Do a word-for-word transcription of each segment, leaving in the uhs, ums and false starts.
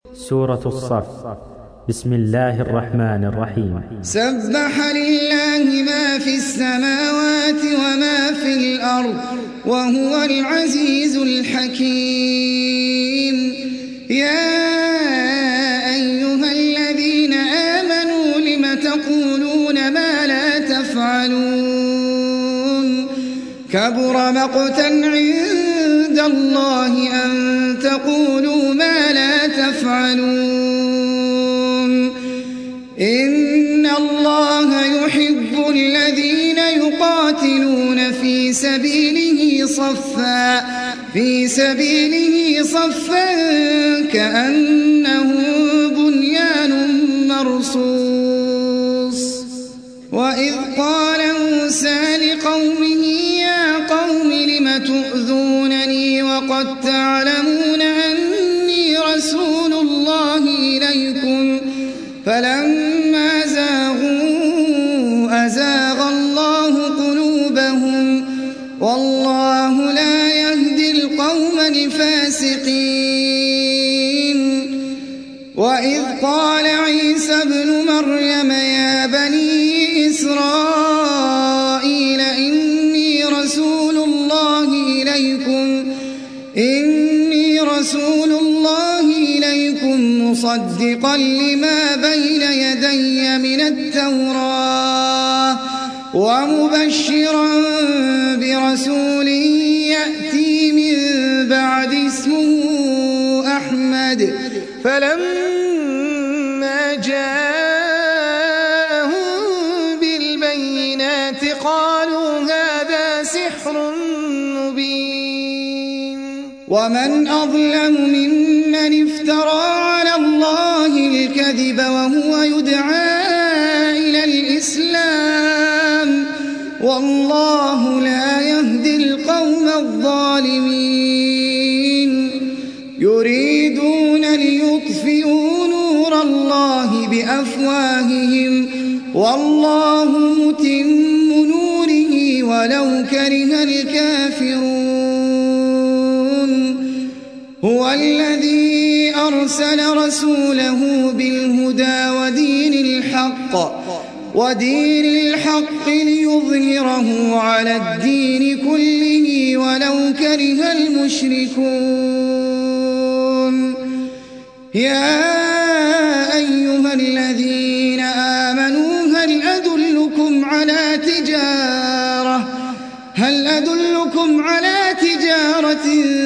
سورة الصف. بسم الله الرحمن الرحيم. سبح لله ما في السماوات وما في الأرض وهو العزيز الحكيم. يا أيها الذين آمنوا لم تقولون ما لا تفعلون كبر مقتا عند الله أن تقولوا ما لا تفعلون. إن الله يحب الذين يقاتلون في سبيله صفا في سبيله صفا كأنه بنيان مرصوص. وإذ قال موسى لقومه يا قوم لم تؤذونني وقد تعلمون أني رسول الله إليكم فلما زاغوا أزاغ الله قلوبهم والله لا يهدي القوم الفاسقين. وإذ قال عيسى ابن مريم يا بني إسرائيل إني رسول الله إليكم إني رسول الله إليكم مصدقا لما بين يدي من التوراة ومبشرا برسول يأتي من بعد اسمه أحمد. فلما جاءهم بالبينات قالوا هذا سحر مبين. ومن أظلم ممن افترى على الله الكذب وهو يدعى إلى الإسلام والله لا يهدي القوم الظالمين. يريدون ليطفئوا نور الله بأفواههم والله متم نوره ولو كره الكافرون. هو الذي أرسل رسوله بالهدى ودين الحق ودين الحق ليظهره على الدين كله ولو كره المشركون. يا أيها الذين آمنوا هل أدلكم على تجارة هل أدلكم على تجارة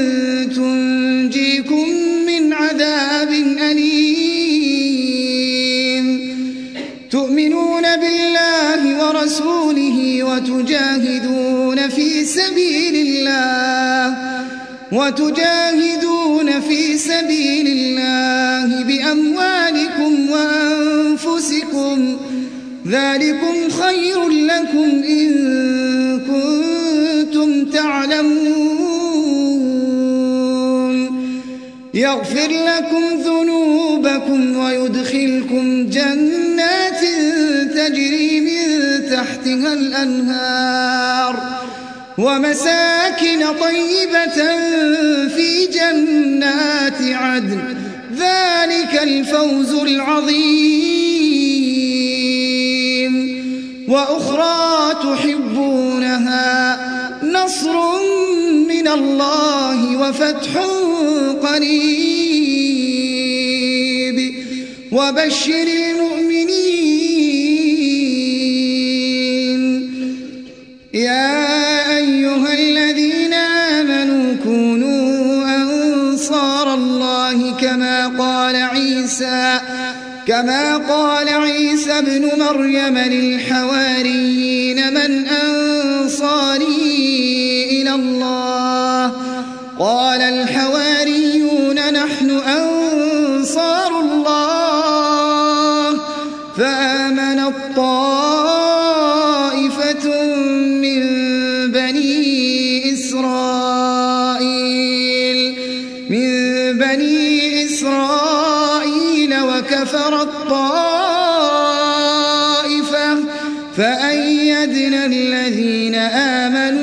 تنجيكم من عذاب أليم تؤمنون بالله ورسوله وتجاهدون في سبيل الله وتجاهدون في سبيل الله بأموالكم وأنفسكم ذلكم خير لكم إن كنتم تعلمون. يغفر لكم ذنوبكم ويدخلكم جنات تجري من تحتها الأنهار ومساكن طيبة في جنات عدن ذلك الفوز العظيم. وأخرى تحبونها نصر من الله وفتح قريب وبشر المؤمنين. يا أيها الذين آمنوا كونوا أنصار الله كما قال عيسى كما قال عيسى ابن مريم للحواريين من أنصاري إلى الله قال الحواريون نحن أنصار الله. فآمن الطائفة من بني إسرائيل من بني إسرائيل وكفر الطائفة فأيدنا الذين آمنوا